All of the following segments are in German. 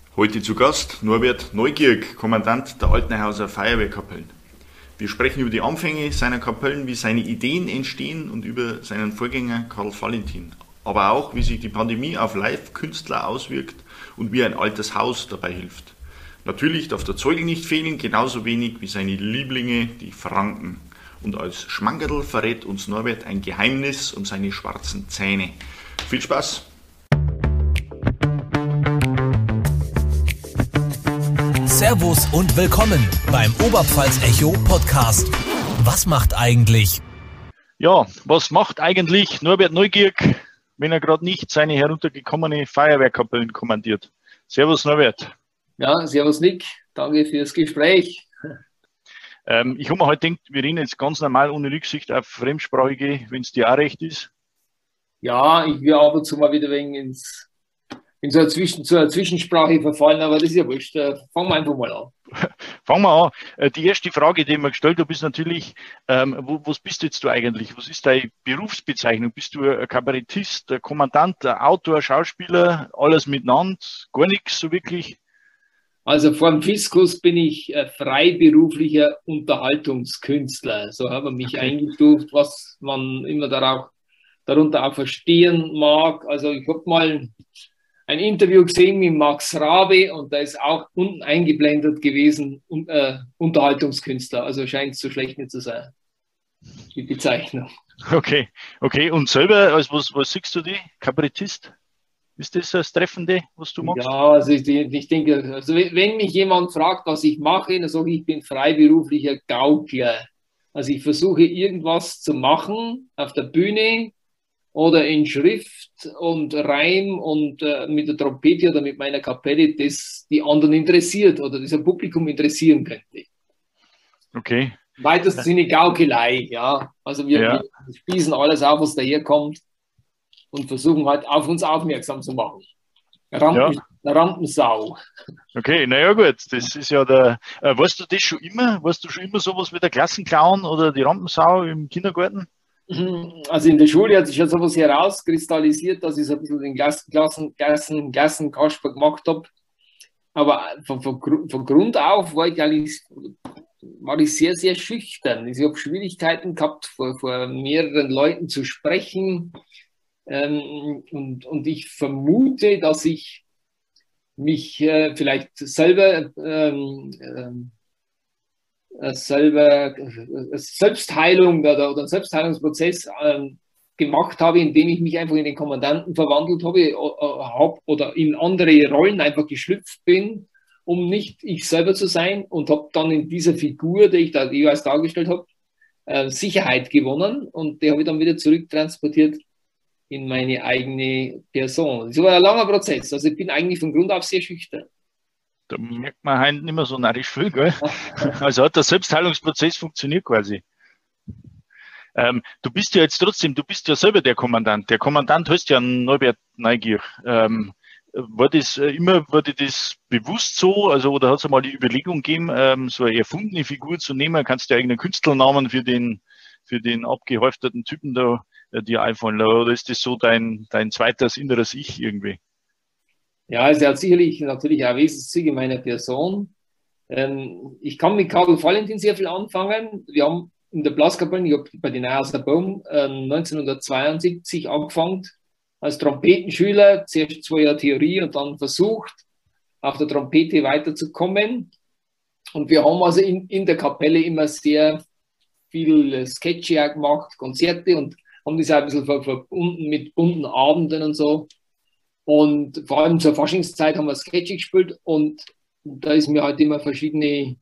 Heute zu Gast Norbert Neugierk, Kommandant der Altenhauser Feuerwehrkapellen. Wir sprechen über die Anfänge seiner Kapellen, wie seine Ideen entstehen und über seinen Vorgänger Karl Valentin. Aber auch, wie sich die Pandemie auf Live-Künstler auswirkt und wie ein altes Haus dabei hilft. Natürlich darf der Zeugel nicht fehlen, genauso wenig wie seine Lieblinge, die Franken. Und als Schmankerl verrät uns Norbert ein Geheimnis um seine schwarzen Zähne. Viel Spaß! Servus und willkommen beim Oberpfalz-Echo Podcast. Was macht eigentlich? Ja, was macht eigentlich Norbert Neugierk, wenn er gerade nicht seine heruntergekommene Feuerwehrkapellen kommandiert? Servus Norbert. Ja, servus Nick, danke fürs Gespräch. Ich habe mir heute gedacht, wir reden jetzt ganz normal ohne Rücksicht auf Fremdsprachige, wenn es dir auch recht ist. Ja, ich will ab und zu mal wieder wegen in so einer Zwischensprache verfallen, aber das ist ja wurscht. Fangen wir einfach mal an. Fangen wir an. Die erste Frage, die ich mir gestellt habe, ist natürlich, was bist jetzt du eigentlich? Was ist deine Berufsbezeichnung? Bist du ein Kabarettist, ein Kommandant, ein Autor, Schauspieler, alles miteinander? Gar nichts so wirklich? Also vor dem Fiskus bin ich freiberuflicher Unterhaltungskünstler. So haben wir mich eingestuft, was man immer darunter auch verstehen mag. Also ich habe mal ein Interview gesehen mit Max Rabe und da ist auch unten eingeblendet gewesen, Unterhaltungskünstler. Also scheint es so schlecht nicht zu sein, die Bezeichnung. Okay. Und selber, als was siehst du die? Kabarettist? Ist das das Treffende, was du machst? Ja, also ich denke, also wenn mich jemand fragt, was ich mache, dann sage ich, ich bin freiberuflicher Gaukler. Also ich versuche irgendwas zu machen auf der Bühne oder in Schrift und Reim und mit der Trompete oder mit meiner Kapelle, das die anderen interessiert oder das ein Publikum interessieren könnte. Okay. Im weitesten Sinne Gaukelei, ja. Also wir spießen alles auf, was daherkommt und versuchen halt auf uns aufmerksam zu machen. Rampensau. Okay, naja gut, das ist ja der. Warst du das schon immer? Warst du schon immer sowas wie der Klassenclown oder die Rampensau im Kindergarten? Also in der Schule hat sich ja sowas herauskristallisiert, dass ich so ein bisschen den Klassenkasper gemacht habe. Aber von Grund auf war ich sehr, sehr schüchtern. Ich habe Schwierigkeiten gehabt, vor mehreren Leuten zu sprechen. Und ich vermute, dass ich mich vielleicht selber Selbstheilung oder einen Selbstheilungsprozess gemacht habe, indem ich mich einfach in den Kommandanten verwandelt habe oder in andere Rollen einfach geschlüpft bin, um nicht ich selber zu sein und habe dann in dieser Figur, die ich da jeweils dargestellt habe, Sicherheit gewonnen und die habe ich dann wieder zurücktransportiert in meine eigene Person. Das war ein langer Prozess. Also ich bin eigentlich von Grund auf sehr schüchtern. Da merkt man halt nicht mehr so narrisch viel, gell? Also hat der Selbstheilungsprozess funktioniert quasi. Du bist ja jetzt trotzdem, du bist ja selber der Kommandant. Der Kommandant heißt ja Norbert Neugierk. War dir das bewusst so? Also, oder hat es einmal die Überlegung gegeben, so eine erfundene Figur zu nehmen? Kannst du ja irgendeinen Künstlernamen für den abgehäufteten Typen da dir einfallen lassen? Oder ist das so dein zweites inneres Ich irgendwie? Ja, es hat sicherlich natürlich auch Wesenszüge meiner Person. Ich kann mit Karl Valentin sehr viel anfangen. Wir haben in der Blaskapelle, ich habe bei den Neuhauser Boom 1972 angefangen als Trompetenschüler, zuerst 2 Jahre Theorie und dann versucht, auf der Trompete weiterzukommen. Und wir haben also in der Kapelle immer sehr viel Sketche auch gemacht, Konzerte und haben das auch ein bisschen verbunden mit bunten Abenden und so. Und vor allem zur Faschingszeit haben wir Sketche gespielt und da ist mir halt immer verschiedene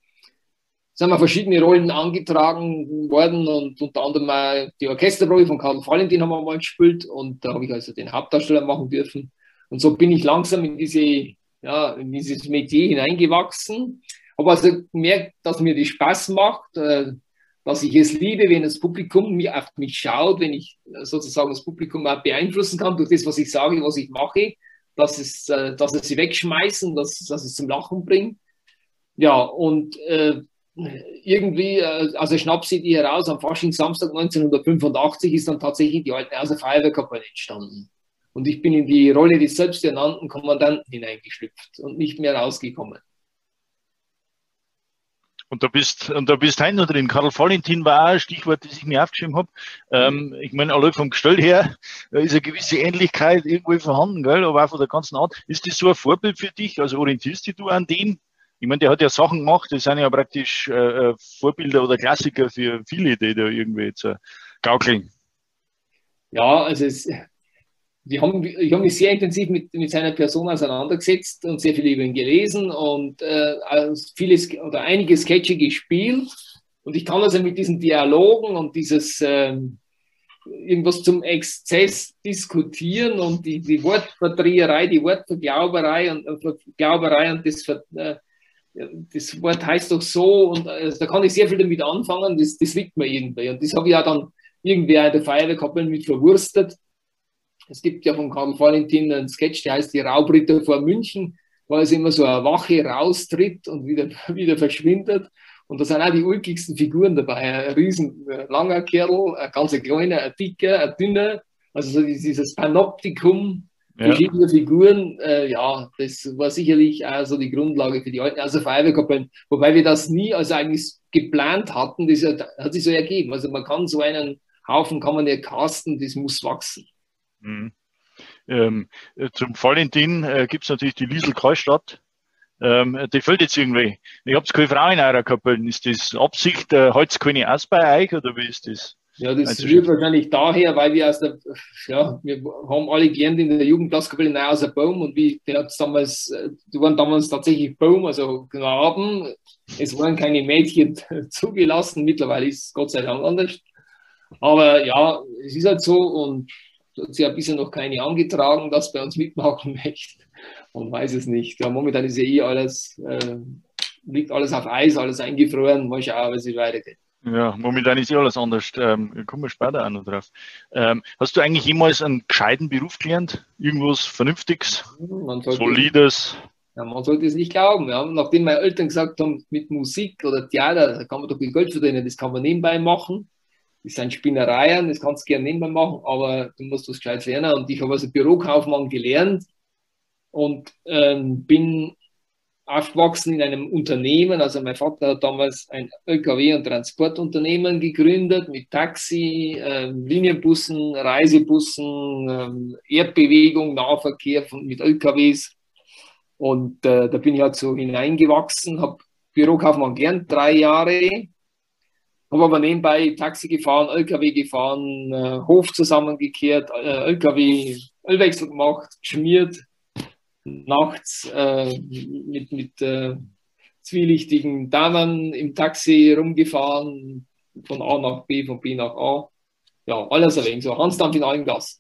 Rollen angetragen worden und unter anderem auch die Orchesterprobe von Karl Valentin haben wir mal gespielt und da habe ich also den Hauptdarsteller machen dürfen. Und so bin ich langsam in dieses Metier hineingewachsen. Habe also gemerkt, dass mir das Spaß macht, dass ich es liebe, wenn das Publikum auf mich schaut, wenn ich sozusagen das Publikum auch beeinflussen kann durch das, was ich sage, was ich mache, dass es sie wegschmeißen, dass es zum Lachen bringt. Ja, und irgendwie, also Schnapsidee heraus, am Faschingssamstag 1985 ist dann tatsächlich die Altenhauser Feuerwehrkapelle entstanden. Und ich bin in die Rolle des selbsternannten Kommandanten hineingeschlüpft und nicht mehr rausgekommen. Und da bist heute noch drin. Karl Valentin war auch ein Stichwort, das ich mir aufgeschrieben habe. Ich meine, allein vom Gestell her ist eine gewisse Ähnlichkeit irgendwo vorhanden, gell? Aber auch von der ganzen Art. Ist das so ein Vorbild für dich? Also orientierst dich du an dem? Ich meine, der hat ja Sachen gemacht, die sind ja praktisch Vorbilder oder Klassiker für viele, die da irgendwie jetzt gaukeln. Ja, also ich habe mich sehr intensiv mit seiner Person auseinandergesetzt und sehr viel über ihn gelesen und vieles oder einige Sketche gespielt. Und ich kann also mit diesen Dialogen und dieses irgendwas zum Exzess diskutieren und die Wortverdreherei, die Wortverglauberei und das Wort heißt doch so und da kann ich sehr viel damit anfangen, das liegt mir irgendwie. Und das habe ich auch dann irgendwie in der Feuerwehrkapelle mit verwurstet. Es gibt ja von Karl Valentin einen Sketch, der heißt Die Raubritter vor München, wo also immer so eine Wache raustritt und wieder verschwindet. Und da sind auch die ulkigsten Figuren dabei. Ein riesen langer Kerl, ein ganz kleiner, ein dicker, ein dünner. Also so dieses Panoptikum verschiedener Figuren. Ja, das war sicherlich auch so die Grundlage für die alten Feuerwehrkapellen. Wobei wir das nie also eigentlich geplant hatten. Das hat sich so ergeben. Also man kann so einen Haufen kann man ja casten, das muss wachsen. Zum Valentin gibt es natürlich die Liesel Karlstadt. Die fällt jetzt irgendwie. Ich habe keine Frau in eurer Kapelle. Ist das Absicht? Hält es keine aus bei euch oder wie ist das? Ja, das rührt wahrschhnlich daher, weil wir wir haben alle gelernt in der Jugendblaskapelle in Außerbaum und die waren damals tatsächlich Baum, also Knaben. Es waren keine Mädchen zugelassen. Mittlerweile ist es Gott sei Dank anders. Aber ja, es ist halt so und hat sich ein bisschen noch keine angetragen, dass bei uns mitmachen möchte. Man weiß es nicht. Ja, momentan ist ja alles, liegt alles auf Eis, alles eingefroren. Mal schauen, wie es weitergeht. Ja, momentan ist alles anders. Kommen wir später auch noch drauf. Hast du eigentlich jemals einen gescheiten Beruf gelernt? Irgendwas Vernünftiges? Solides? Ja, man sollte es nicht glauben. Ja. Nachdem meine Eltern gesagt haben, mit Musik oder Theater, da kann man doch viel Geld verdienen, das kann man nebenbei machen. Das sind Spinnereien, das kannst du gerne nebenbei machen, aber du musst was Gescheites lernen. Und ich habe also Bürokaufmann gelernt und bin aufgewachsen in einem Unternehmen. Also mein Vater hat damals ein LKW- und Transportunternehmen gegründet mit Taxi, Linienbussen, Reisebussen, Erdbewegung, Nahverkehr mit LKWs. Und da bin ich halt so hineingewachsen, habe Bürokaufmann gelernt, 3 Jahre. Habe aber nebenbei Taxi gefahren, LKW gefahren, Hof zusammengekehrt, LKW, Ölwechsel gemacht, geschmiert, nachts mit zwielichtigen Damen im Taxi rumgefahren, von A nach B, von B nach A. Ja, alles ein wenig so. Hansdampf in allen Gassen.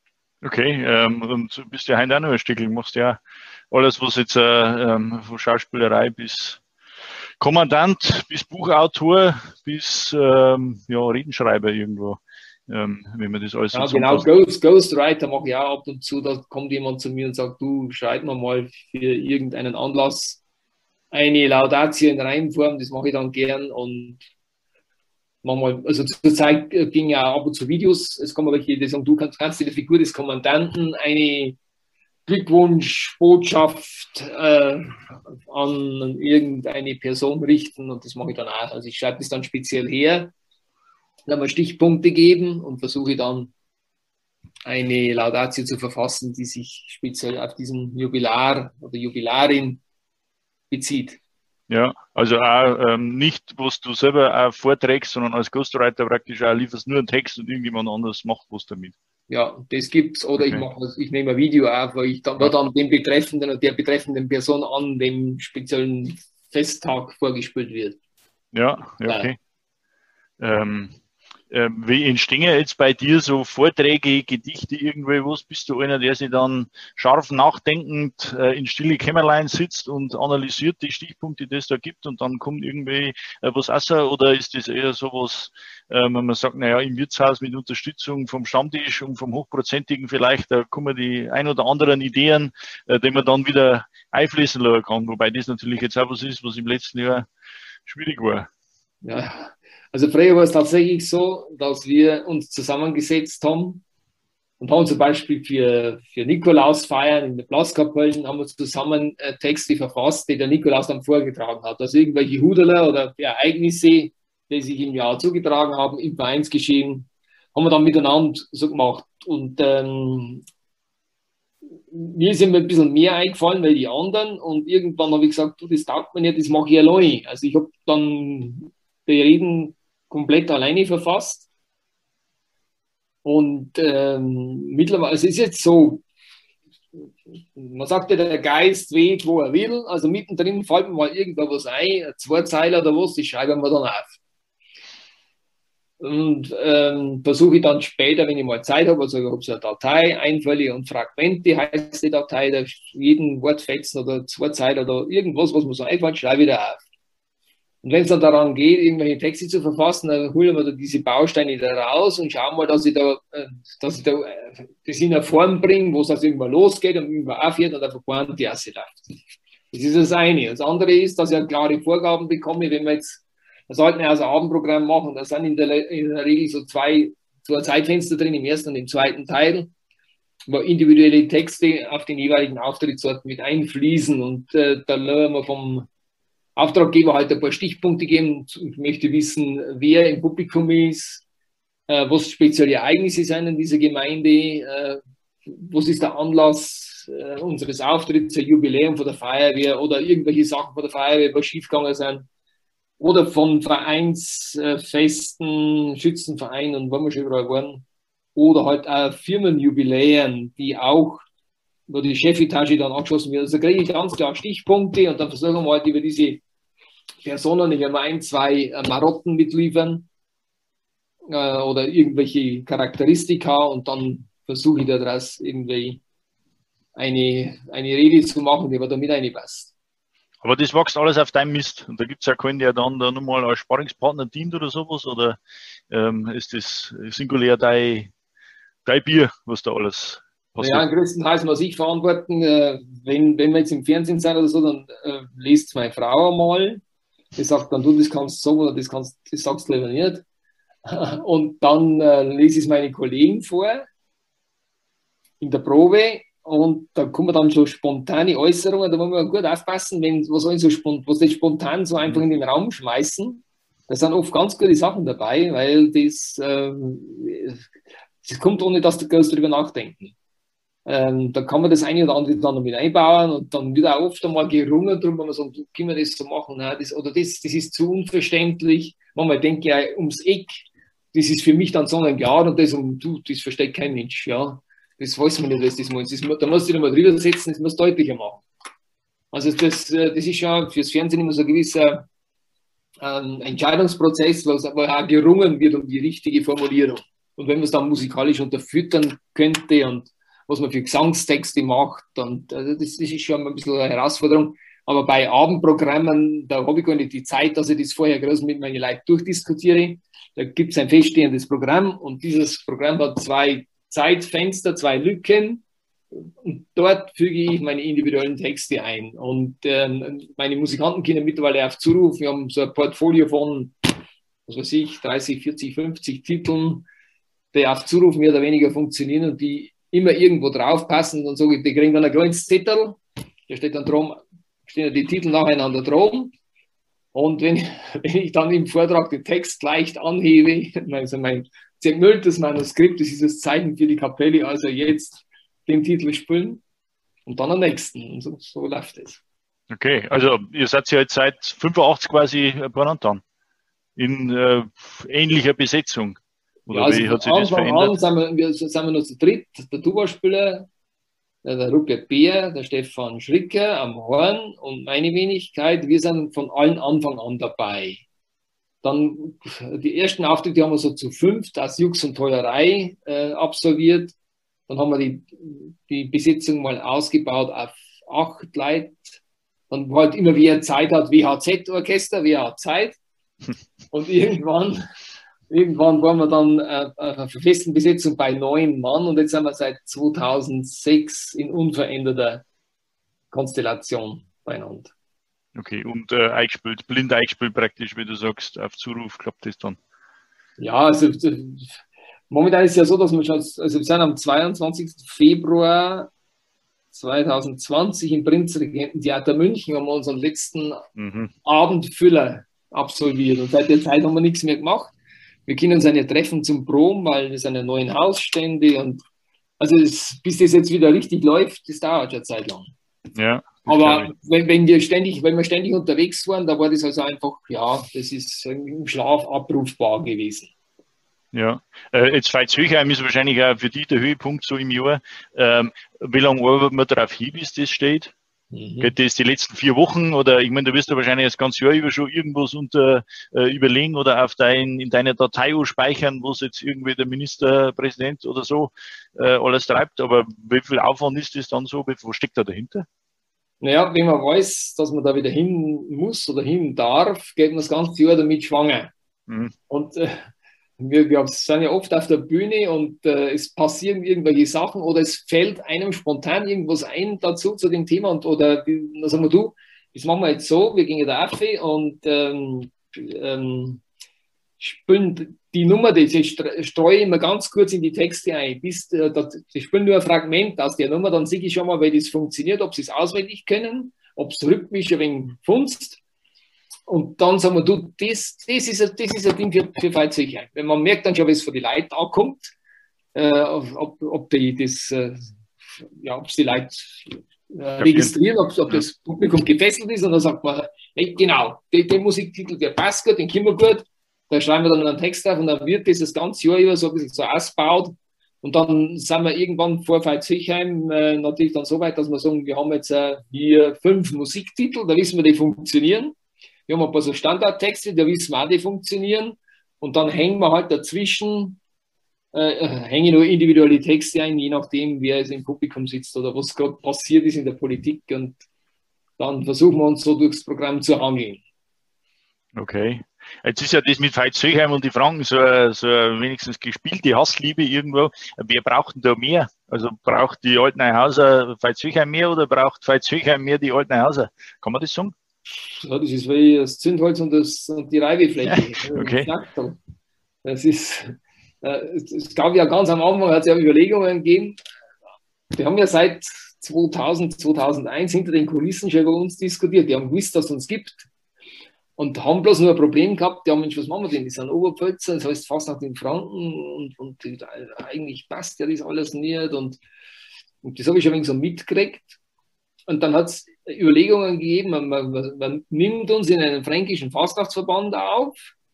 Okay, und du bist ja heute auch noch ein Stückchen, machst ja alles, was jetzt von Schauspielerei bis Kommandant, bis Buchautor, bis Redenschreiber irgendwo, wenn man das alles so genau, Ghostwriter mache ich auch ab und zu, da kommt jemand zu mir und sagt, du, schreib mir mal für irgendeinen Anlass eine Laudatio in Reimform, das mache ich dann gern und manchmal, also zur Zeit ging ja ab und zu Videos, es kommen welche, die sagen, du kannst die Figur des Kommandanten eine Glückwunschbotschaft an irgendeine Person richten und das mache ich dann auch. Also ich schreibe das dann speziell her, dann mal Stichpunkte geben und versuche dann eine Laudatio zu verfassen, die sich speziell auf diesen Jubilar oder Jubilarin bezieht. Ja, also auch nicht, was du selber auch vorträgst, sondern als Ghostwriter praktisch auch lieferst nur einen Text und irgendjemand anderes macht was damit. Ja, das gibt's. Oder okay. Ich nehme ein Video auf, wo ich dann dem Betreffenden oder der betreffenden Person an dem speziellen Festtag vorgespielt wird. Ja, okay. Wie entstehen jetzt bei dir so Vorträge, Gedichte, irgendwie was? Bist du einer, der sich dann scharf nachdenkend in stille Kämmerlein sitzt und analysiert die Stichpunkte, die es da gibt und dann kommt irgendwie was raus? Oder ist das eher sowas, wenn man sagt, naja, im Wirtshaus mit Unterstützung vom Stammtisch und vom Hochprozentigen vielleicht, da kommen die ein oder anderen Ideen, die man dann wieder einfließen lassen kann. Wobei das natürlich jetzt auch was ist, was im letzten Jahr schwierig war. Ja. Also früher war es tatsächlich so, dass wir uns zusammengesetzt haben und haben zum Beispiel für Nikolausfeiern in der Blaskapellen haben wir zusammen Texte verfasst, die der Nikolaus dann vorgetragen hat. Also irgendwelche Huderler oder Ereignisse, die sich im Jahr zugetragen haben, im Vereinsgeschehen, haben wir dann miteinander so gemacht. Und mir ist immer ein bisschen mehr eingefallen, weil die anderen. Und irgendwann habe ich gesagt, du, das taugt mir nicht, das mache ich allein. Also ich habe dann die Reden komplett alleine verfasst. Und mittlerweile, also es ist jetzt so, man sagt ja, der Geist weht, wo er will. Also mittendrin fällt mir mal irgendwo was ein, ein Zweizeiler oder was, das schreiben wir dann auf. Und versuche ich dann später, wenn ich mal Zeit habe, also ich habe so eine Datei, Einfälle und Fragmente heißt die Datei, da jeden Wortfetzen oder Zweizeiler oder irgendwas, was mir so einfällt, schreibe ich da auf. Und wenn es dann daran geht, irgendwelche Texte zu verfassen, dann holen wir da diese Bausteine da raus und schauen mal, dass ich das in eine Form bringe, wo es also irgendwann losgeht und irgendwann aufhört und auf eine Pointe läuft. Das ist das eine. Das andere ist, dass ich eine klare Vorgaben bekomme, wenn wir jetzt das Altenhauser Abendprogramm machen, da sind in der Regel so zwei Zeitfenster drin, im ersten und im zweiten Teil, wo individuelle Texte auf den jeweiligen Auftrittsorten mit einfließen und da lernen wir vom Auftraggeber halt ein paar Stichpunkte geben. Ich möchte wissen, wer im Publikum ist, was spezielle Ereignisse sind in dieser Gemeinde, was ist der Anlass unseres Auftritts, ein Jubiläum von der Feuerwehr oder irgendwelche Sachen von der Feuerwehr, was schiefgegangen sind. Oder von Vereinsfesten, Schützenvereinen, wo wir schon überall waren. Oder halt auch Firmenjubiläen, die auch, wo die Chefetage dann angeschossen wird. Also kriege ich ganz klar Stichpunkte und dann versuchen wir halt über diese Personen, ich werde ein, zwei Marotten mitliefern oder irgendwelche Charakteristika und dann versuche ich daraus irgendwie eine Rede zu machen, die aber damit reinpasst. Aber das wächst alles auf deinem Mist. Und da gibt es ja keinen, der dann da nochmal als Sparringspartner dient oder sowas. Oder ist das singulär dein Bier, was da alles passiert? Ja, größtenteils muss ich verantworten. Wenn wir jetzt im Fernsehen sind oder so, dann liest meine Frau einmal. Die sagt dann, du, das kannst du sagen oder das sagst du lieber nicht. Und dann lese ich es meine Kollegen vor in der Probe. Und da kommen dann schon spontane Äußerungen, da muss man gut aufpassen, was die spontan so einfach in den Raum schmeißen. Da sind oft ganz gute Sachen dabei, weil das kommt ohne, dass du groß drüber nachdenken. Da kann man das eine oder andere dann noch mit einbauen und dann wird auch oft einmal gerungen drum, wenn man sagt, können wir das so machen? Nein, das ist zu unverständlich. Manchmal denke ich ja ums Eck, das ist für mich dann sonnenklar und das versteht kein Mensch, ja. Das weiß man nicht, was das meinst. Da musst du mal drüber setzen, das muss deutlicher machen. Also das ist schon fürs Fernsehen immer so ein gewisser Entscheidungsprozess, wo auch gerungen wird um die richtige Formulierung. Und wenn man es dann musikalisch unterfüttern könnte und was man für Gesangstexte macht, und das ist schon ein bisschen eine Herausforderung. Aber bei Abendprogrammen, da habe ich gar nicht die Zeit, dass ich das vorher groß mit meinen Leuten durchdiskutiere. Da gibt es ein feststehendes Programm und dieses Programm hat zwei Zeitfenster, zwei Lücken und dort füge ich meine individuellen Texte ein. Und meine Musikanten können mittlerweile auf Zuruf, wir haben so ein Portfolio von, was weiß ich, 30, 40, 50 Titeln, die auf Zuruf mehr oder weniger funktionieren und die immer irgendwo draufpassen und so, die kriegen dann ein kleines Zettel, da steht dann drum, stehen die Titel nacheinander drum. Und wenn ich dann im Vortrag den Text leicht anhebe, also mein zermülltes Manuskript, das ist das Zeichen für die Kapelle, also jetzt den Titel spielen und dann am nächsten. Und so läuft es. Okay, also ihr seid ja jetzt seit 85 quasi beieinander in ähnlicher Besetzung. Oder ja, also wie hat sich das verändert? Sind wir noch zu dritt, der Tuba-Spieler, der Rupert Beer, der Stefan Schricker am Horn und meine Wenigkeit. Wir sind von allen Anfang an dabei. Dann die ersten Auftritte haben wir so zu 5 aus Jux und Tollerei absolviert. Dann haben wir die Besetzung mal ausgebaut auf 8 Leute. Dann halt immer wer Zeit hat, WHZ-Orchester, wer hat Zeit. Und irgendwann waren wir dann auf einer festen Besetzung bei 9 Mann und jetzt sind wir seit 2006 in unveränderter Konstellation beieinander. Okay, und blind eingespielt praktisch, wie du sagst, auf Zuruf klappt das dann? Ja, also Momentan ist es ja so, dass wir schon, also wir sind am 22. Februar 2020 im Prinzregententheater München, haben wir unseren letzten Abendfüller absolviert. Und seit der Zeit haben wir nichts mehr gemacht. Wir können uns ja treffen zum Proben, weil wir sind ja neuen Hausstände und also bis das jetzt wieder richtig läuft, das dauert schon Zeit lang. Ja. Aber wenn wir ständig unterwegs waren, da war das also einfach, ja, das ist im Schlaf abrufbar gewesen. Ja, jetzt Veitshöchheim ist wahrscheinlich auch für dich der Höhepunkt so im Jahr. Wie lange arbeitet man darauf hin, bis das steht? Geht das die letzten 4 Wochen oder ich meine, du wirst ja wahrscheinlich das ganze Jahr über schon irgendwas überlegen oder in deiner Datei speichern, wo es jetzt irgendwie der Ministerpräsident oder so alles treibt. Aber wie viel Aufwand ist das dann so? Was steckt da dahinter? Naja, wenn man weiß, dass man da wieder hin muss oder hin darf, geht man das ganze Jahr damit schwanger. Und wir sind ja oft auf der Bühne und es passieren irgendwelche Sachen oder es fällt einem spontan irgendwas ein dazu zu dem Thema oder dann sagen wir, du, das machen wir jetzt so, wir gehen in der Affe und spielen die Nummer, die streue ich immer ganz kurz in die Texte ein. Ich spiele nur ein Fragment aus der Nummer, dann sehe ich schon mal, wie das funktioniert, ob sie es auswendig können, ob es rhythmisch ein wenig funzt. Und dann sagen wir, du, das ist ein Ding für Veitshöchheim. Wenn man merkt dann schon, wie es von den Leuten ankommt, ob die Leute registrieren, ob das Publikum gefesselt ist. Und dann sagt man, hey, genau, den Musiktitel, der passt gut, den können wir gut. Da schreiben wir dann einen Text auf und dann wird das ganze Jahr über so ein bisschen so ausgebaut. Und dann sind wir irgendwann vor Veitshöchheim natürlich dann so weit, dass wir sagen, wir haben jetzt hier 5 Musiktitel, da wissen wir, die funktionieren. Wir haben ein paar so Standardtexte, da wissen wir auch, die funktionieren. Und dann hängen wir halt dazwischen, hängen nur individuelle Texte ein, je nachdem, wer jetzt im Publikum sitzt oder was gerade passiert ist in der Politik. Und dann versuchen wir uns so durchs Programm zu hangeln. Okay. Jetzt ist ja das mit Veitshöchheim und die Franken so wenigstens gespielte Hassliebe irgendwo. Wer braucht denn da mehr? Also braucht die Altenhauser Veitshöchheim mehr oder braucht Veitshöchheim mehr die Altenhauser? Kann man das sagen? Ja, das ist wie das Zündholz und die Reibefläche. Okay. Das ist, es gab ja ganz am Anfang, hat es ja Überlegungen gegeben. Wir haben ja seit 2000, 2001 hinter den Kulissen schon über uns diskutiert. Die haben gewusst, dass es uns gibt und haben bloß nur ein Problem gehabt. Ja, Mensch, was machen wir denn? Die sind Oberpfälzer, das heißt fast nach den Franken und eigentlich passt ja das alles nicht. Und das habe ich schon ein wenig so mitgekriegt. Und dann hat es Überlegungen gegeben, man nimmt uns in einen fränkischen Fastnachtsverband auf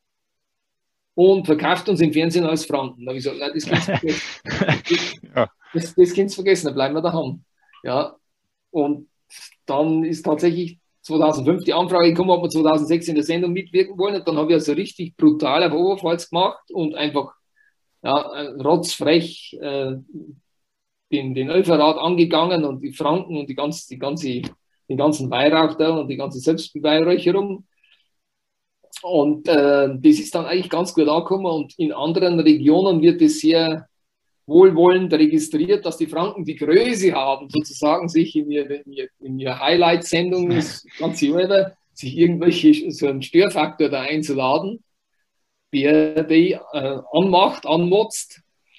und verkauft uns im Fernsehen als Franken. Da habe ich gesagt, nein, das kannst du vergessen. Das kannst du vergessen, da bleiben wir daheim. Ja. Und dann ist tatsächlich 2005 die Anfrage gekommen, ob wir 2006 in der Sendung mitwirken wollen. Und dann habe ich also richtig brutal auf Oberpfalz gemacht und einfach rotzfrech den Ölverrat angegangen und die Franken und den ganzen Weihrauch da und die ganze Selbstbeweihräucherung. Und das ist dann eigentlich ganz gut angekommen und in anderen Regionen wird es sehr wohlwollend registriert, dass die Franken die Größe haben, sozusagen sich in ihrer Highlight-Sendung das ganze Jahr über, sich irgendwelche, so einen Störfaktor da einzuladen, der die anmotzt.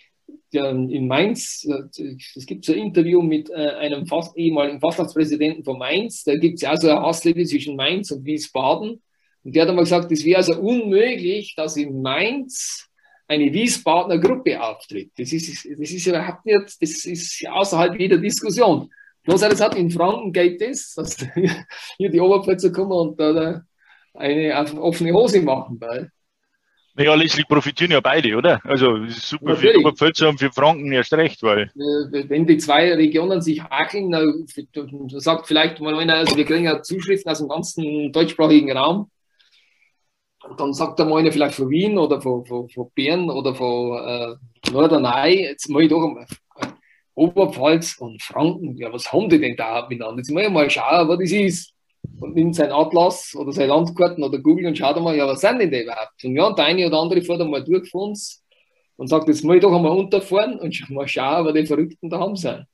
In Mainz, es gibt so ein Interview mit einem ehemaligen Fastnachtspräsidenten von Mainz, da gibt es ja auch so eine Hassliebe zwischen Mainz und Wiesbaden. Und der hat einmal gesagt, es wäre also unmöglich, dass in Mainz eine Wiesbadener Gruppe auftritt. Das ist überhaupt nicht, das ist außerhalb jeder Diskussion. Bloß das hat in Franken geht das, dass hier die Oberpfälzer kommen und da eine offene Hose machen. Weil naja, letztlich profitieren ja beide, oder? Also, es ist super für die Oberpfälzer und für Franken erst recht, weil. Wenn die 2 Regionen sich hakeln, dann sagt vielleicht mal einer, also wir kriegen ja Zuschriften aus dem ganzen deutschsprachigen Raum. Und dann sagt der mal einer vielleicht von Wien oder von Bern oder von Norderney, jetzt mal ich doch einmal Oberpfalz und Franken, ja, was haben die denn da miteinander? Jetzt muss ich mal schauen, was das ist. Und nimmt seinen Atlas oder seine Landkarten oder Google und schaut einmal, ja, was sind denn die überhaupt? Und ja, und der eine oder andere fährt einmal durch von uns und sagt, jetzt muss ich doch einmal unterfahren und mal schauen, was die Verrückten da haben sind.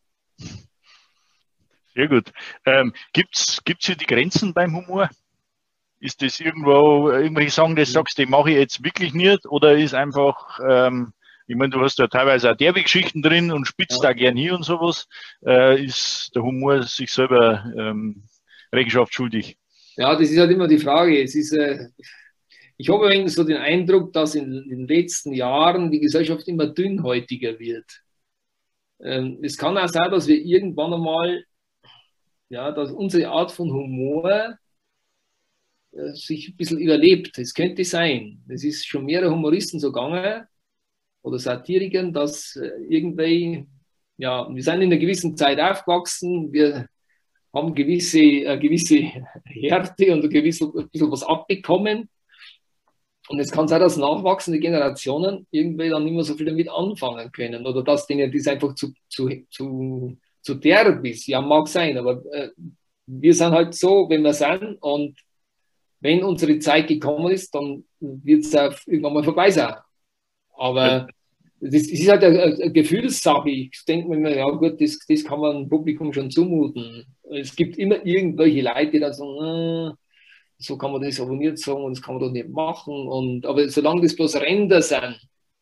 Sehr gut. Gibt's hier die Grenzen beim Humor? Ist das irgendwelche Sachen, das sagst, die mache ich jetzt wirklich nicht? Oder ist einfach, Ich meine, du hast ja teilweise auch derbe-Geschichten drin und spitzt da gern hier und sowas. Ist der Humor sich selber Rechenschaft schuldig? Ja, das ist halt immer die Frage. Ich habe eigentlich so den Eindruck, dass in den letzten Jahren die Gesellschaft immer dünnhäutiger wird. Es kann auch sein, dass wir irgendwann einmal, ja, dass unsere Art von Humor sich ein bisschen überlebt. Es könnte sein. Es ist schon mehrere Humoristen so gegangen oder Satirikern, dass irgendwie, ja, wir sind in einer gewissen Zeit aufgewachsen, wir haben eine gewisse Härte und ein bisschen was abbekommen. Und es kann sein, dass nachwachsende Generationen irgendwie dann nicht mehr so viel damit anfangen können oder dass denen das einfach zu derb ist. Ja, mag sein, aber wir sind halt so, wenn wir sind, und wenn unsere Zeit gekommen ist, dann wird es auch irgendwann mal vorbei sein. Aber das ist halt eine Gefühlssache. Ich denke mir immer, ja gut, das kann man dem Publikum schon zumuten. Es gibt immer irgendwelche Leute, die dann sagen, so kann man das aber nicht sagen und das kann man doch nicht machen. Aber solange das bloß Ränder sind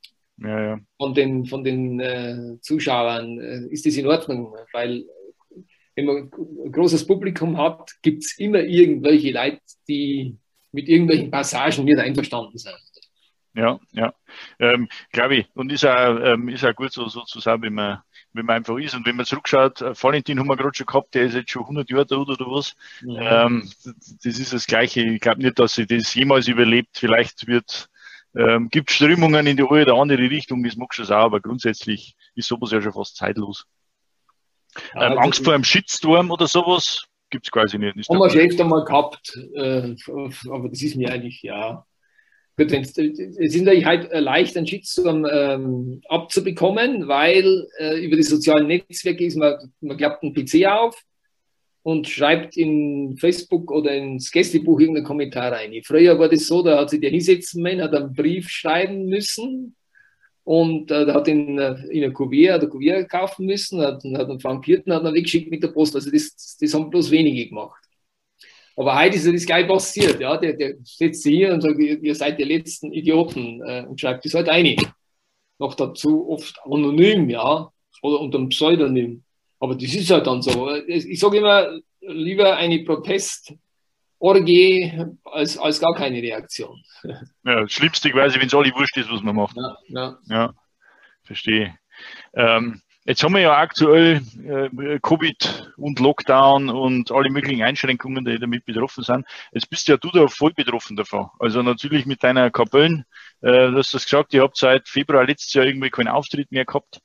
von den Zuschauern, ist das in Ordnung. Weil wenn man ein großes Publikum hat, gibt es immer irgendwelche Leute, die mit irgendwelchen Passagen nicht einverstanden sind. Ja, glaube ich. Und ist auch gut so zu sagen, wenn man einfach ist. Und wenn man zurückschaut, Valentin haben wir gerade schon gehabt, der ist jetzt schon 100 Jahre tot oder was. Mhm. Das ist das Gleiche. Ich glaube nicht, dass sie das jemals überlebt. Vielleicht gibt Strömungen in die eine oder andere Richtung, das mag schon sein, aber grundsätzlich ist sowas ja schon fast zeitlos. Ja, Angst vor einem Shitstorm oder sowas gibt es quasi nicht. Haben wir schon öfter mal gehabt, aber das ist mir eigentlich, ja. Gut, es ist natürlich halt leicht, einen Shitstorm abzubekommen, weil über die sozialen Netzwerke ist man klappt einen PC auf und schreibt in Facebook oder ins Gästebuch irgendeinen Kommentar rein. Früher war das so, da hat sich der hinsetzen müssen, hat einen Brief schreiben müssen und da hat ihn in ein Kuvert kaufen müssen, hat einen frankierten, hat ihn weggeschickt mit der Post. Also das haben bloß wenige gemacht. Aber heute ist ja das gleich passiert. Ja? Der setzt sich hier und sagt, ihr seid die letzten Idioten und schreibt das halt ein. Noch dazu oft anonym, ja, oder unter einem Pseudonym. Aber das ist halt dann so. Ich sage immer, lieber eine Protestorgie als gar keine Reaktion. Ja, das Schlimmste quasi, wenn es alle wurscht ist, was man macht. Ja, verstehe. Jetzt haben wir ja aktuell Covid und Lockdown und alle möglichen Einschränkungen, die damit betroffen sind. Jetzt bist ja du da voll betroffen davon. Also natürlich mit deiner Kapellen. Du hast das gesagt, ihr habt seit Februar letztes Jahr irgendwie keinen Auftritt mehr gehabt.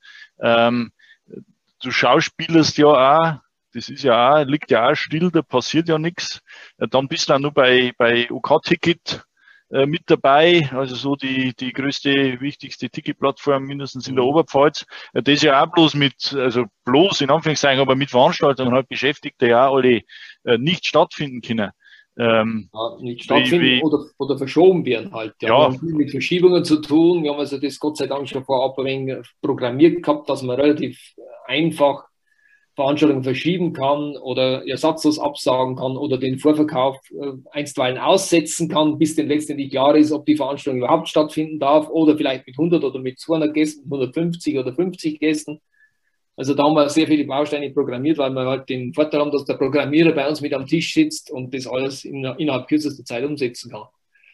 Du schauspielerst ja auch, das ist ja auch, liegt ja auch still, da passiert ja nichts. Dann bist du auch nur bei OK-Ticket mit dabei, also so die größte, wichtigste Ticketplattform mindestens in der Oberpfalz. Das ja auch bloß in Anführungszeichen, aber mit Veranstaltungen halt beschäftigt, die ja alle nicht stattfinden können. Nicht stattfinden oder verschoben werden halt. Ja. Wir haben viel mit Verschiebungen zu tun. Wir haben also das Gott sei Dank schon vorab ein wenig programmiert gehabt, dass man relativ einfach Veranstaltungen verschieben kann oder ersatzlos absagen kann oder den Vorverkauf einstweilen aussetzen kann, bis dann letztendlich klar ist, ob die Veranstaltung überhaupt stattfinden darf oder vielleicht mit 100 oder mit 200 Gästen, 150 oder 50 Gästen. Also da haben wir sehr viele Bausteine programmiert, weil wir halt den Vorteil haben, dass der Programmierer bei uns mit am Tisch sitzt und das alles innerhalb kürzester Zeit umsetzen kann.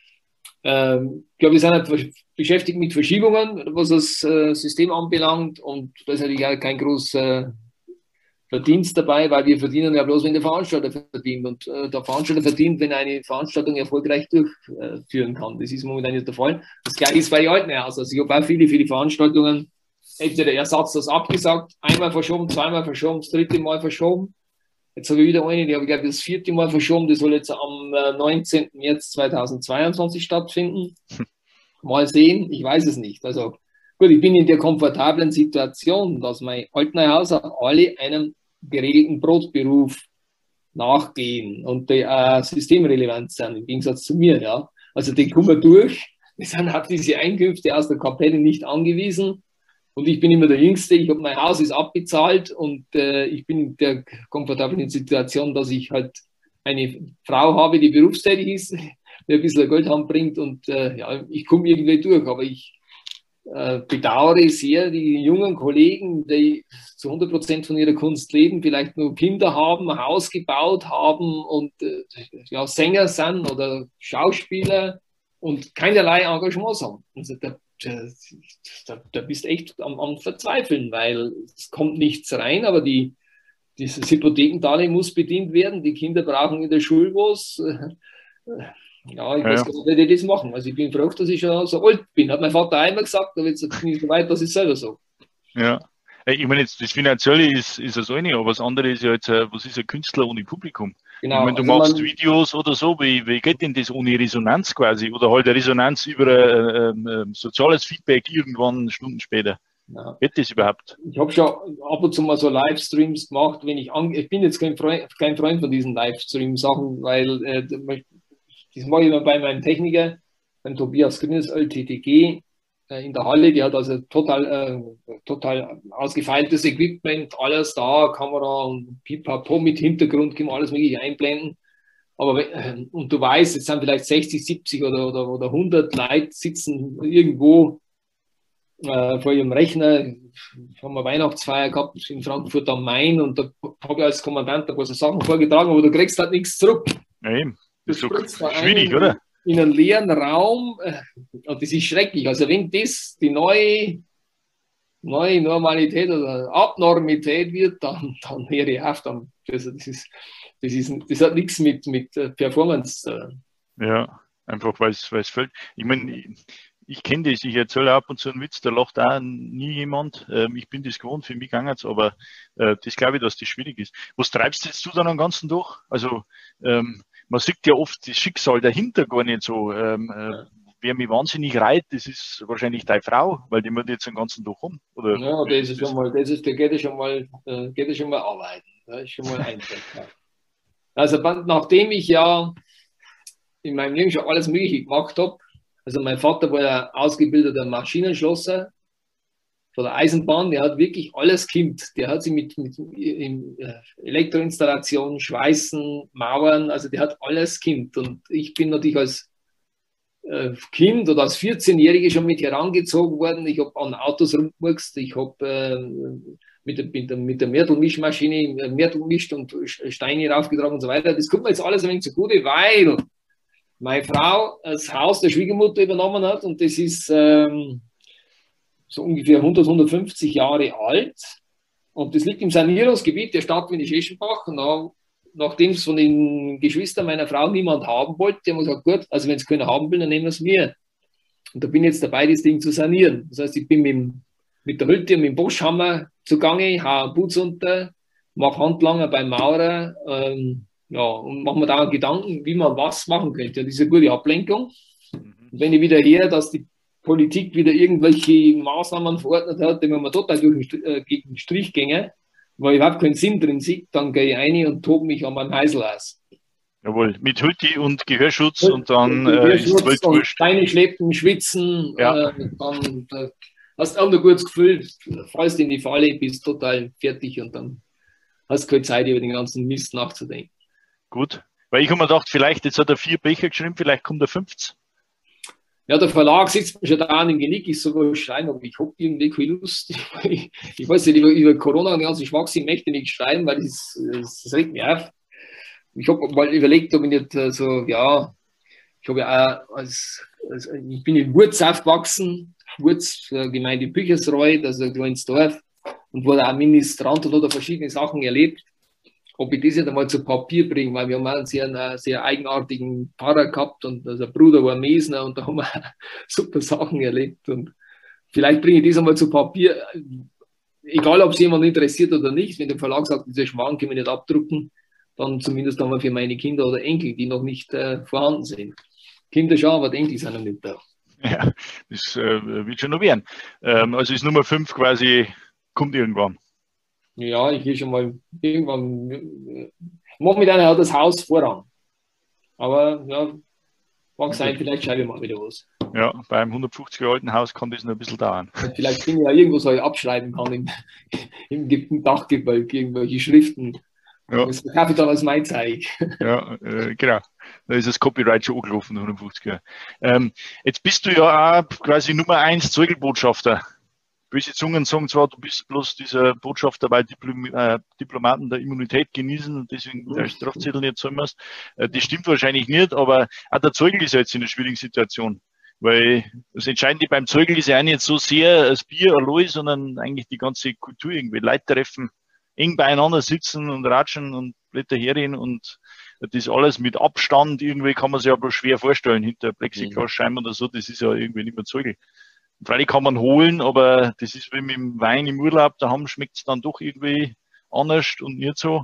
Ich glaube, wir sind halt beschäftigt mit Verschiebungen, was das System anbelangt, und da ist natürlich auch kein großer Verdienst dabei, weil wir verdienen ja bloß, wenn der Veranstalter verdient, und der Veranstalter verdient, wenn er eine Veranstaltung erfolgreich durchführen kann. Das ist momentan nicht der Fall. Das gleiche ist bei den Alten Haus. Also ich habe auch viele Veranstaltungen entweder ersatzlos abgesagt, einmal verschoben, zweimal verschoben, das dritte Mal verschoben. Jetzt habe ich wieder eine, die habe ich, glaube ich, das vierte Mal verschoben. Die soll jetzt am 19. März 2022 stattfinden. Mal sehen, ich weiß es nicht. Also gut, ich bin in der komfortablen Situation, dass meine Altneuhauser alle einem geregelten Brotberuf nachgehen und die systemrelevant sind, im Gegensatz zu mir. Ja. Also die kommen durch. Wir sind auf diese Einkünfte aus der Kapelle nicht angewiesen. Und ich bin immer der Jüngste, mein Haus ist abbezahlt und ich bin in der komfortablen Situation, dass ich halt eine Frau habe, die berufstätig ist, die ein bisschen Geld bringt und ich komme irgendwie durch. Aber ich bedauere ich sehr die jungen Kollegen, die zu 100% von ihrer Kunst leben, vielleicht nur Kinder haben, ein Haus gebaut haben und ja, Sänger sind oder Schauspieler und keinerlei Engagements haben. Also da bist du echt am Verzweifeln, weil es kommt nichts rein, aber dieses Hypothekendarlehen muss bedient werden. Die Kinder brauchen in der Schule was. Ja, ich weiß gar nicht, wie die das machen. Also ich bin froh, dass ich schon so alt bin. Hat mein Vater einmal gesagt, aber jetzt bin ich so weit, dass ich selber so. Ja. Ich meine, jetzt das Finanzielle ist das eine, aber das andere ist ja jetzt, was ist ein Künstler ohne Publikum? Genau. Ich meine, du machst Videos oder so, wie geht denn das ohne Resonanz quasi? Oder halt eine Resonanz über soziales Feedback irgendwann Stunden später? Ja. Geht das überhaupt? Ich habe schon ab und zu mal so Livestreams gemacht, wenn ich bin jetzt kein Freund von diesen Livestream-Sachen, weil das mache ich immer bei meinem Techniker, beim Tobias Grünes, LTTG, in der Halle. Die hat also total ausgefeiltes Equipment, alles da, Kamera und Pipapo mit Hintergrund, kann man alles mögliche einblenden. Aber, und du weißt, jetzt sind vielleicht 60, 70 oder 100 Leute sitzen irgendwo vor ihrem Rechner. Haben wir Weihnachtsfeier gehabt in Frankfurt am Main und da habe ich als Kommandant ein paar so Sachen vorgetragen, aber du kriegst halt nichts zurück. Ja, eben. Das ist so schwierig, oder? In einen leeren Raum und das ist schrecklich. Also wenn das die neue Normalität oder Abnormität wird, dann höre ich auf. Das hat nichts mit Performance. Ja, einfach weil es fällt. Ich meine, ich kenne das, ich erzähle ab und zu einen Witz, da lacht auch nie jemand. Ich bin das gewohnt, für mich gegangen es, aber das glaube ich, dass das schwierig ist. Was treibst jetzt du dann am ganzen durch? Also man sieht ja oft das Schicksal dahinter gar nicht so. Wer mich wahnsinnig reiht, das ist wahrscheinlich deine Frau, weil die muss jetzt den ganzen Tag um. Oder ja, das ist schon mal, da geht es schon mal arbeiten. Das ist schon mal einfach. Also nachdem ich ja in meinem Leben schon alles Mögliche gemacht habe, also mein Vater war ja ausgebildeter Maschinenschlosser von der Eisenbahn, der hat wirklich alles Kind. Der hat sich mit Elektroinstallation, Schweißen, Mauern, also der hat alles Kind. Und ich bin natürlich als Kind oder als 14-Jährige schon mit herangezogen worden. Ich habe an Autos rumgemurkst, ich habe mit der Mörtelmischmaschine Mörtel gemischt und Steine raufgetragen und so weiter. Das kommt mir jetzt alles ein wenig zugute, weil meine Frau das Haus der Schwiegermutter übernommen hat und das ist so ungefähr 150 Jahre alt und das liegt im Sanierungsgebiet der Stadt Windisch-Eschenbach und nachdem es von den Geschwistern meiner Frau niemand haben wollte, haben wir gesagt, gut, also wenn es keiner haben will, dann nehmen wir es mir. Und da bin ich jetzt dabei, das Ding zu sanieren. Das heißt, ich bin mit der Hütte und mit dem Boschhammer zugange, haue einen Putz unter, mache Handlanger beim Maurer, ja, und machen wir da Gedanken, wie man was machen könnte. Und das ist eine gute Ablenkung. Und wenn ich wieder höre, dass die Politik wieder irgendwelche Maßnahmen verordnet hat, die man total gegen den Strich gänge, weil überhaupt keinen Sinn drin sieht, dann gehe ich rein und tobe mich an meinem Heisel aus. Jawohl, mit Hütti und Gehörschutz und dann ist es und wurscht. Steine schleppen, schwitzen, ja. Dann hast du auch ein gutes Gefühl, fallst in die Falle, bist total fertig und dann hast du keine Zeit, über den ganzen Mist nachzudenken. Gut, weil ich habe mir gedacht, vielleicht, jetzt hat er 4 Becher geschrieben, vielleicht kommt er 50. Ja, der Verlag sitzt mir schon da an dem Genick, ich sogar schreiben, aber ich habe irgendwie keine Lust. Ich weiß nicht, über Corona und den ganzen Schwachsinn möchte ich nicht schreiben, weil das regt mich auf. Ich habe mal überlegt, ob ich nicht so, ja, ich habe ja auch ich bin in Wurz aufgewachsen, Wurz, Gemeinde Büchersreuth, also ein kleines Dorf, und war da auch Ministrant und hat da verschiedene Sachen erlebt. Ob ich das nicht einmal zu Papier bringe, weil wir haben einen sehr eigenartigen Pfarrer gehabt und also der Bruder war Mesner und da haben wir super Sachen erlebt und vielleicht bringe ich das einmal zu Papier, egal ob es jemand interessiert oder nicht, wenn der Verlag sagt, diese Schmarrn können wir nicht abdrucken, dann zumindest einmal für meine Kinder oder Enkel, die noch nicht vorhanden sind. Kinder schon, aber die Enkel sind noch nicht da. Ja, das wird schon noch werden. Also ist Nummer 5 quasi, kommt irgendwann. Ja, ich gehe schon mal irgendwann. Momentan hat das Haus Vorrang. Aber ja, mag sein, vielleicht schreibe ich mal wieder was. Ja, beim 150 Jahre alten Haus kann das noch ein bisschen dauern. Vielleicht bin ich ja irgendwo so abschreiben kann im Dachgebälk, irgendwelche Schriften. Ja. Das kaufe ich dann als mein Zeig. Ja, genau. Da ist das Copyright schon angelaufen, 150 Jahre. Jetzt bist du ja auch quasi Nummer 1 Zeugelbotschafter. Böse Zungen sagen zwar, du bist bloß dieser Botschafter, weil Diplomaten der Immunität genießen und deswegen der Strafzettel nicht zahlen musst. Das stimmt wahrscheinlich nicht, aber auch der Zeugel ist ja jetzt in einer schwierigen Situation. Weil das Entscheidende beim Zeugel ist ja auch nicht so sehr das Bier allein, sondern eigentlich die ganze Kultur irgendwie. Leute treffen, eng beieinander sitzen und ratschen und Blätter herreden und das alles mit Abstand irgendwie kann man sich aber schwer vorstellen, hinter Plexiglasscheiben oder so, das ist ja irgendwie nicht mehr Zeugel. Freilich kann man holen, aber das ist wie mit dem Wein im Urlaub, daheim schmeckt es dann doch irgendwie anders und nicht so.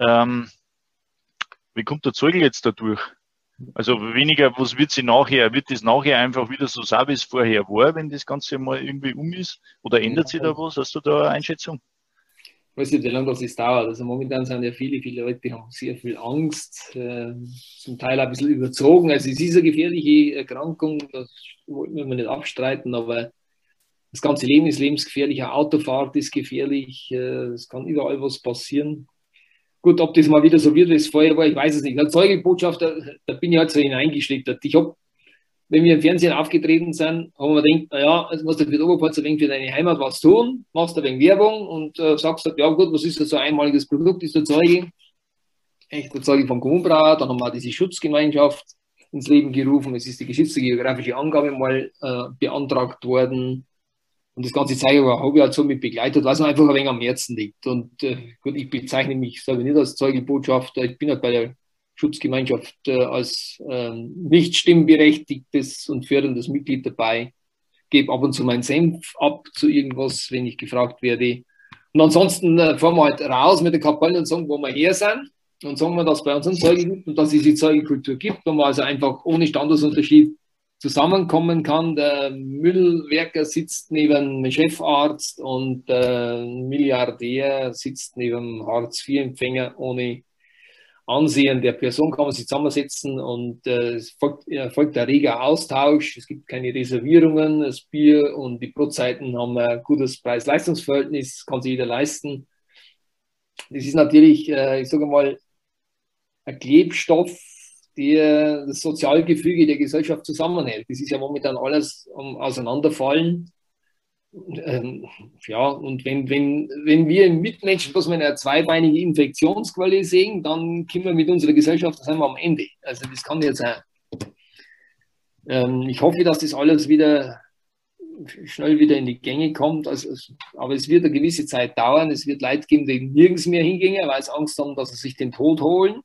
Wie kommt der Zeugel jetzt da durch? Also weniger, was wird das nachher einfach wieder so sein, wie es vorher war, wenn das Ganze mal irgendwie ist? Oder ändert sich da was? Hast du da eine Einschätzung? Ich weiß nicht, wie lange das dauert. Also momentan sind ja viele Leute, die haben sehr viel Angst, zum Teil ein bisschen überzogen. Also es ist eine gefährliche Erkrankung, das wollten wir nicht abstreiten, aber das ganze Leben ist lebensgefährlich, eine Autofahrt ist gefährlich, es kann überall was passieren. Gut, ob das mal wieder so wird, wie es vorher war, ich weiß es nicht. Als Zeugelbotschafter, da bin ich halt so hineingeschlittert. Ich habe, wenn wir im Fernsehen aufgetreten sind, haben wir gedacht, naja, jetzt musst du für die Oberpfalz ein wenig für deine Heimat was tun, machst ein wenig Werbung und sagst, ja gut, was ist das so ein einmaliges Produkt, ist der Zeugel. Echt der Zeugel vom Kommunbrauer, dann haben wir diese Schutzgemeinschaft ins Leben gerufen, es ist die geschützte geografische Angabe mal beantragt worden. Und das ganze Zeug habe ich halt so mit begleitet, was mir einfach ein wenig am Herzen liegt. Und gut, ich bezeichne mich selber nicht als Zeugelbotschafter. Ich bin halt bei der Schutzgemeinschaft als nicht stimmberechtigtes und förderndes Mitglied dabei. Gebe ab und zu meinen Senf ab zu irgendwas, wenn ich gefragt werde. Und ansonsten fahren wir halt raus mit der Kapelle und sagen, wo wir her sind. Und sagen wir, dass es bei uns einen Zeugel gibt und dass es die Zeugelkultur gibt, wo man also einfach ohne Standesunterschied zusammenkommen kann. Der Müllwerker sitzt neben dem Chefarzt und der Milliardär sitzt neben dem Hartz-IV-Empfänger. Ohne Ansehen der Person kann man sich zusammensetzen und es folgt ein reger Austausch. Es gibt keine Reservierungen. Das Bier und die Brotzeiten haben ein gutes Preis-Leistungs-Verhältnis, kann sich jeder leisten. Das ist natürlich, ich sage mal, ein Klebstoff, der das Sozialgefüge der Gesellschaft zusammenhält. Das ist ja momentan alles am Auseinanderfallen. Ja, und wenn wir im Mitmenschen bloß mal eine zweibeinige Infektionsquelle sehen, dann können wir mit unserer Gesellschaft, da sind wir am Ende. Also das kann nicht sein. Ich hoffe, dass das alles wieder schnell wieder in die Gänge kommt. Aber es wird eine gewisse Zeit dauern. Es wird Leute geben, die nirgends mehr hingehen, weil sie Angst haben, dass sie sich den Tod holen.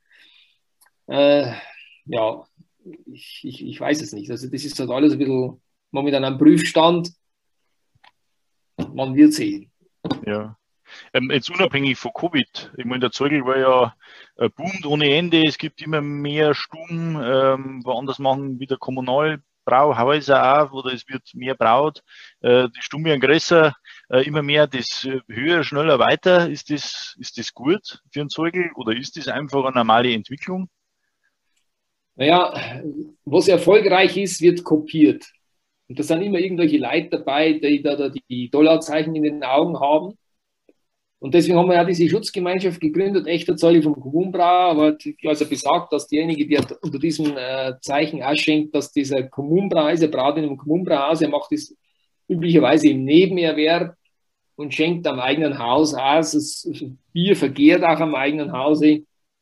Ja, ich weiß es nicht. Also das ist halt alles ein bisschen momentan am Prüfstand. Man wird sehen. Ja. Jetzt unabhängig von Covid, ich meine, der Zeugel war ja boomt ohne Ende, es gibt immer mehr Stuben, woanders machen wieder Kommunalbrauhäuser auf oder es wird mehr braut, die Stuben werden größer, immer mehr, das höher, schneller, weiter. Ist das gut für einen Zeugel oder ist das einfach eine normale Entwicklung? Naja, was erfolgreich ist, wird kopiert. Und da sind immer irgendwelche Leute dabei, die da die Dollarzeichen in den Augen haben. Und deswegen haben wir ja diese Schutzgemeinschaft gegründet, echter Zeugel vom Kommunbrauer, aber also besagt, dass derjenige, der unter diesem Zeichen ausschenkt, dass dieser Kommunbrauer ist, er braut in einem Kommunbrauhaus, er macht das üblicherweise im Nebenerwerb und schenkt am eigenen Haus aus. Das Bier vergehrt auch am eigenen Hause.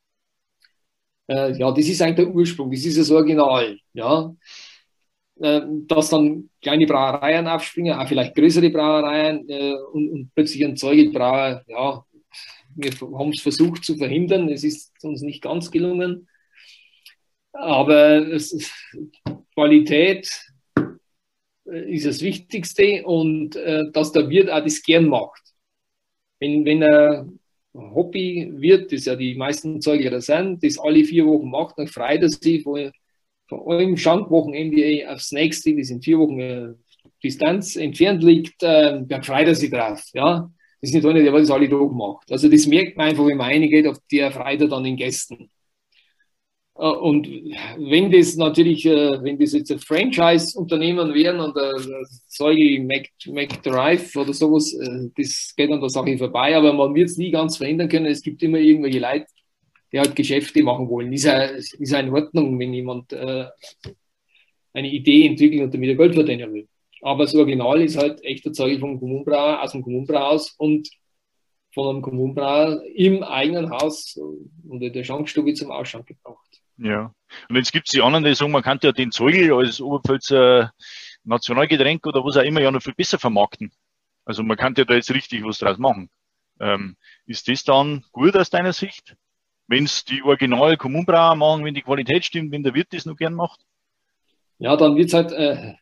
Ja, das ist eigentlich der Ursprung, das ist das Original. Ja. Dass dann kleine Brauereien aufspringen, auch vielleicht größere Brauereien und plötzlich ein Zeugelbrauer, ja, wir haben es versucht zu verhindern, es ist uns nicht ganz gelungen, aber Qualität ist das Wichtigste und dass der Wirt auch das gern macht. Wenn er Hobbywirt, das ja die meisten Zeugler sind, das alle 4 Wochen macht, dann freut er sich von einem Schankwochenende aufs nächste, das in 4 Wochen Distanz entfernt liegt, dann freut er sich drauf. Ja? Das ist nicht einer, der das alle Tage macht. Also das merkt man einfach, wenn man reingeht, auf der freut er dann den Gästen. Und wenn das natürlich, wenn das jetzt ein Franchise-Unternehmen wären und solche McDrive oder sowas, das geht an der Sache vorbei, aber man wird es nie ganz verhindern können. Es gibt immer irgendwelche Leute, die halt Geschäfte machen wollen. Ist ja in Ordnung, wenn jemand eine Idee entwickelt und damit Geld verdienen will. Aber das Original ist halt echter Zeug vom Kommunbrauer, aus dem Kommunbrauhaus und von einem Kommunbrauer im eigenen Haus und in der Schankstube zum Ausschank gebracht. Ja. Und jetzt gibt es die anderen, die sagen, man kann ja den Zeugel als Oberpfälzer Nationalgetränk oder was auch immer ja noch viel besser vermarkten. Also man kann ja da jetzt richtig was draus machen. Ist das dann gut aus deiner Sicht? Wenn es die Original Kommunbrauer machen, wenn die Qualität stimmt, wenn der Wirt das noch gern macht? Ja, dann wird es halt,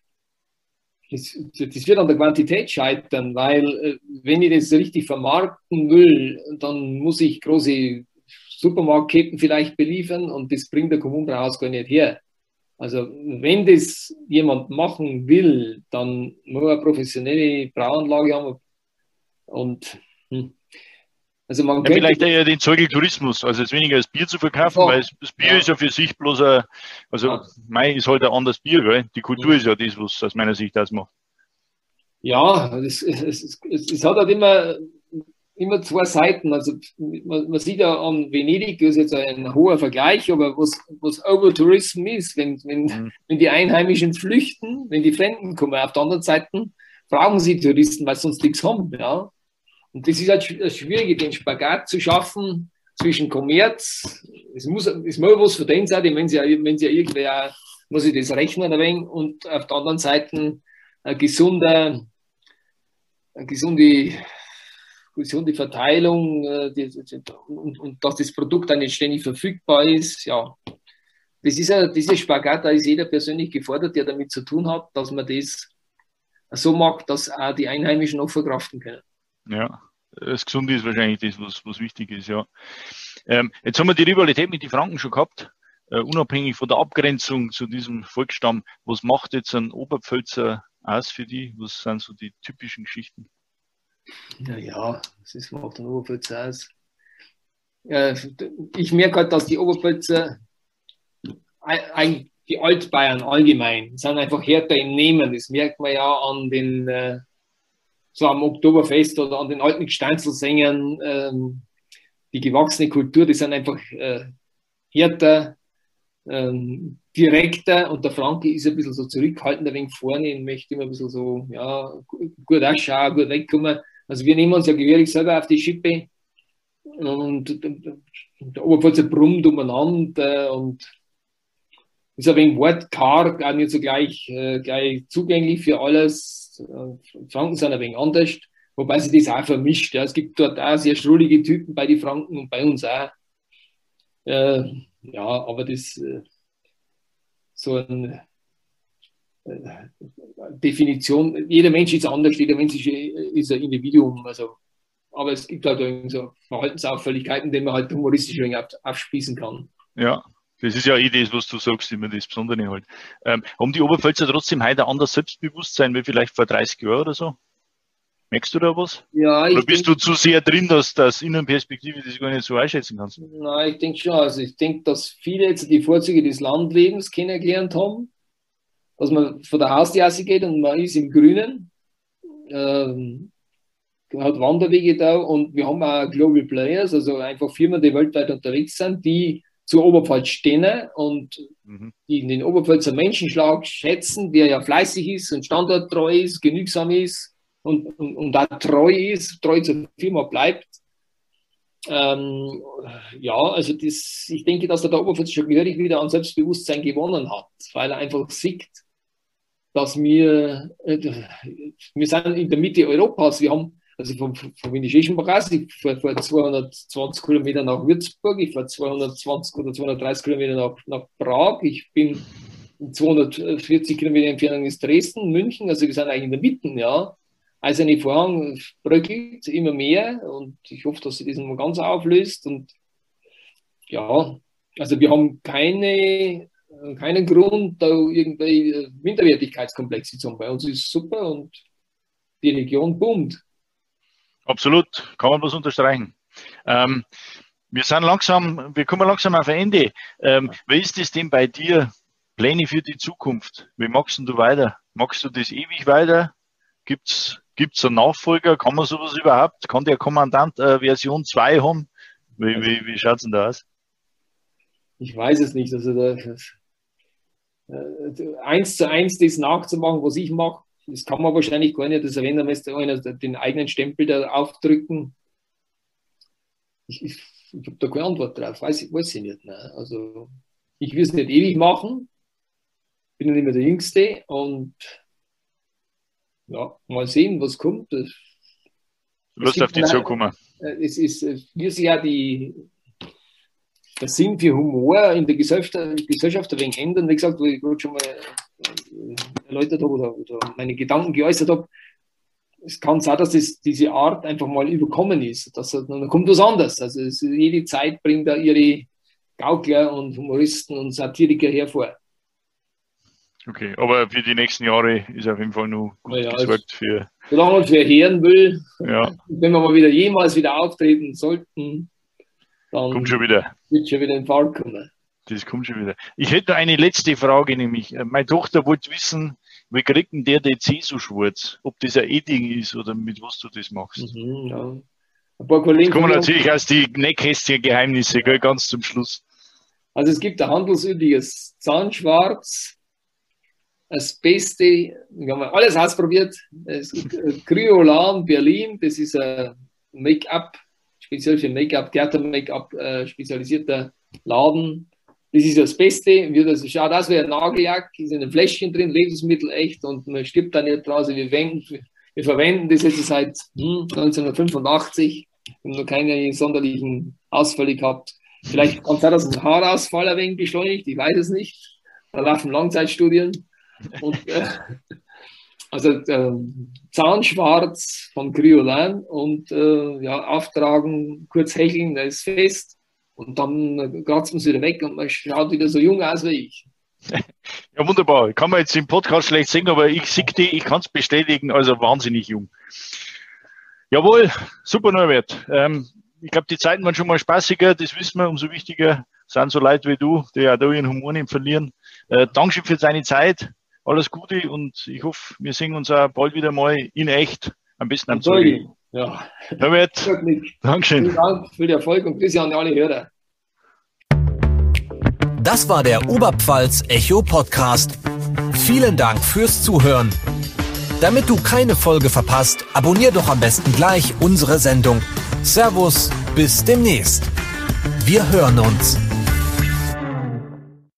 das wird an der Quantität scheitern, weil wenn ich das richtig vermarkten will, dann muss ich große Supermarktketten vielleicht beliefern und das bringt der Kommunbrauhaus gar nicht her. Also wenn das jemand machen will, dann muss er eine professionelle Brauanlage haben und also man ja, vielleicht eher den Zeugeltourismus, also jetzt weniger als Bier zu verkaufen, weil das Bier ist ja für sich bloß Mai ist halt ein anderes Bier, gell? Die Kultur ist ja das, was aus meiner Sicht ausmacht. Ja, es hat halt immer zwei Seiten. Also man sieht ja an Venedig, das ist jetzt ein hoher Vergleich, aber was Overtourism ist, wenn die Einheimischen flüchten, wenn die Fremden kommen, auf der anderen Seite brauchen sie Touristen, weil sie sonst nichts haben, ja. Und das ist halt das Schwierige, den Spagat zu schaffen zwischen Kommerz. Es muss was für den sein, wenn sie ja irgendwer, muss ich das rechnen ein wenig, und auf der anderen Seite eine gesunde Verteilung und dass das Produkt dann nicht ständig verfügbar ist. Ja, das ist dieser Spagat, da ist jeder persönlich gefordert, der damit zu tun hat, dass man das so macht, dass auch die Einheimischen noch verkraften können. Ja, das Gesunde ist wahrscheinlich das, was wichtig ist, ja. Jetzt haben wir die Rivalität mit den Franken schon gehabt, unabhängig von der Abgrenzung zu diesem Volksstamm. Was macht jetzt ein Oberpfälzer aus für die? Was sind so die typischen Geschichten? Naja, das macht ein Oberpfälzer aus. Ich merke halt, dass die Oberpfälzer, die Altbayern allgemein, sind einfach härter im Nehmen. Das merkt man ja an den so am Oktoberfest oder an den alten Gsteinzelsängern, die gewachsene Kultur, die sind einfach härter, direkter, und der Franke ist ein bisschen so zurückhaltend, ein wenig vorne und möchte immer ein bisschen so, ja, gut ausschauen, gut wegkommen. Also wir nehmen uns ja gewöhnlich selber auf die Schippe und der Oberpfälzer brummt umeinander und ist ein wenig wortkarg, auch nicht so gleich zugänglich für alles. Franken sind ein wenig anders, wobei sich das auch vermischt. Ja. Es gibt dort auch sehr schrullige Typen bei den Franken und bei uns auch. Ja, aber das so eine Definition, jeder Mensch ist anders, jeder Mensch ist ein Individuum. Also, aber es gibt halt so Verhaltensauffälligkeiten, die man halt humoristisch aufspießen kann. Ja. Das ist ja das, was du sagst, immer das Besondere halt. Haben die Oberpfälzer trotzdem heute ein anderes Selbstbewusstsein wie vielleicht vor 30 Jahren oder so? Merkst du da was? Ja, oder bist du zu sehr drin, dass das Innenperspektive das gar nicht so einschätzen kannst? Nein, ich denke schon. Also ich denke, dass viele jetzt die Vorzüge des Landlebens kennengelernt haben, dass man von der Haustür geht und man ist im Grünen, hat Wanderwege da, und wir haben auch Global Players, also einfach Firmen, die weltweit unterwegs sind, die zur Oberpfalz stehen und die den Oberpfälzer Menschenschlag schätzen, der ja fleißig ist und standorttreu ist, genügsam ist und auch treu zur Firma bleibt. Ja, also ich denke, dass der Oberpfälzer schon gehörig wieder an Selbstbewusstsein gewonnen hat, weil er einfach sieht, dass wir sind in der Mitte Europas, wir haben also von Windischeschenbach aus, ich fahre 220 Kilometer nach Würzburg, ich fahre 220 oder 230 Kilometer nach Prag, ich bin 240 Kilometer Entfernung ist Dresden, München, also wir sind eigentlich in der Mitte, ja. Eiserne Vorhang bröckelt immer mehr und ich hoffe, dass sich das mal ganz auflöst, und ja, also wir haben keinen Grund, da irgendwelche Minderwertigkeitskomplexe zu haben. Bei uns ist es super und die Region boomt. Absolut, kann man was unterstreichen. Wir kommen langsam auf ein Ende. Wie ist es denn bei dir? Pläne für die Zukunft? Wie machst du weiter? Machst du das ewig weiter? Gibt's einen Nachfolger? Kann man sowas überhaupt? Kann der Kommandant Version 2 haben? Wie schaut es denn da aus? Ich weiß es nicht. Also 1:1 das nachzumachen, was ich mache, das kann man wahrscheinlich gar nicht. Also wenn, dann müsste einer den eigenen Stempel da aufdrücken. Ich habe da keine Antwort drauf. Weiß ich nicht. Ne? Also ich will es nicht ewig machen. Bin ja nicht mehr der Jüngste. Und ja, mal sehen, was kommt. Lust auf die zukommen. Es ist, wie sich ja der Sinn für Humor in der Gesellschaft ein wenig ändern. Wie gesagt, wo ich gerade schon mal erläutert habe oder meine Gedanken geäußert habe, es kann sein, dass diese Art einfach mal überkommen ist. Dann kommt was anderes. Also jede Zeit bringt da ihre Gaukler und Humoristen und Satiriker hervor. Okay, aber für die nächsten Jahre ist auf jeden Fall noch gut gesorgt für. Solange man es hören will, ja. Wenn wir mal jemals wieder auftreten sollten, dann kommt schon wieder. Wird schon wieder in Fahrt kommen. Das kommt schon wieder. Ich hätte noch eine letzte Frage, nämlich, meine Tochter wollte wissen, wie kriegt denn der DC so schwarz? Ob das ein Edding ist oder mit was du das machst. Ja. Ein paar Kollegen. Das kommen natürlich aus die Nähkästchen-Geheimnisse, gell, ganz zum Schluss. Also es gibt ein handelsübliches Zahnschwarz. Das Beste, wir haben alles ausprobiert. Es gibt Kryolan Berlin, das ist ein Make-up, speziell für Make-up, Theater-Make-up spezialisierter Laden. Das ist das Beste. Schaut aus wie ein Nagellack, ist in einem Fläschchen drin, Lebensmittel echt und man stirbt da nicht draußen. Wir verwenden das jetzt seit 1985. Wir haben noch keine sonderlichen Ausfälle gehabt. Vielleicht kann es sein, dass ein Haarausfall ein wenig beschleunigt, ich weiß es nicht. Da laufen Langzeitstudien. Und, Zahnschwarz von Kryolan und auftragen, kurz hecheln, da ist fest. Und dann kratzt man es wieder weg und man schaut wieder so jung aus wie ich. Ja, wunderbar. Kann man jetzt im Podcast schlecht sehen, aber ich sehe die, ich kann es bestätigen, also wahnsinnig jung. Jawohl, super Norbert. Ich glaube, die Zeiten waren schon mal spaßiger, das wissen wir, umso wichtiger sind so Leute wie du, die ja da ihren Humor nicht verlieren. Dankeschön für deine Zeit, alles Gute und ich hoffe, wir sehen uns auch bald wieder mal in echt, am besten am Zeug. Ja. Norbert, Dankeschön. Vielen Dank für den Erfolg und Grüße an alle Hörer. Das war der Oberpfalz Echo Podcast. Vielen Dank fürs Zuhören. Damit du keine Folge verpasst, abonnier doch am besten gleich unsere Sendung. Servus, bis demnächst. Wir hören uns.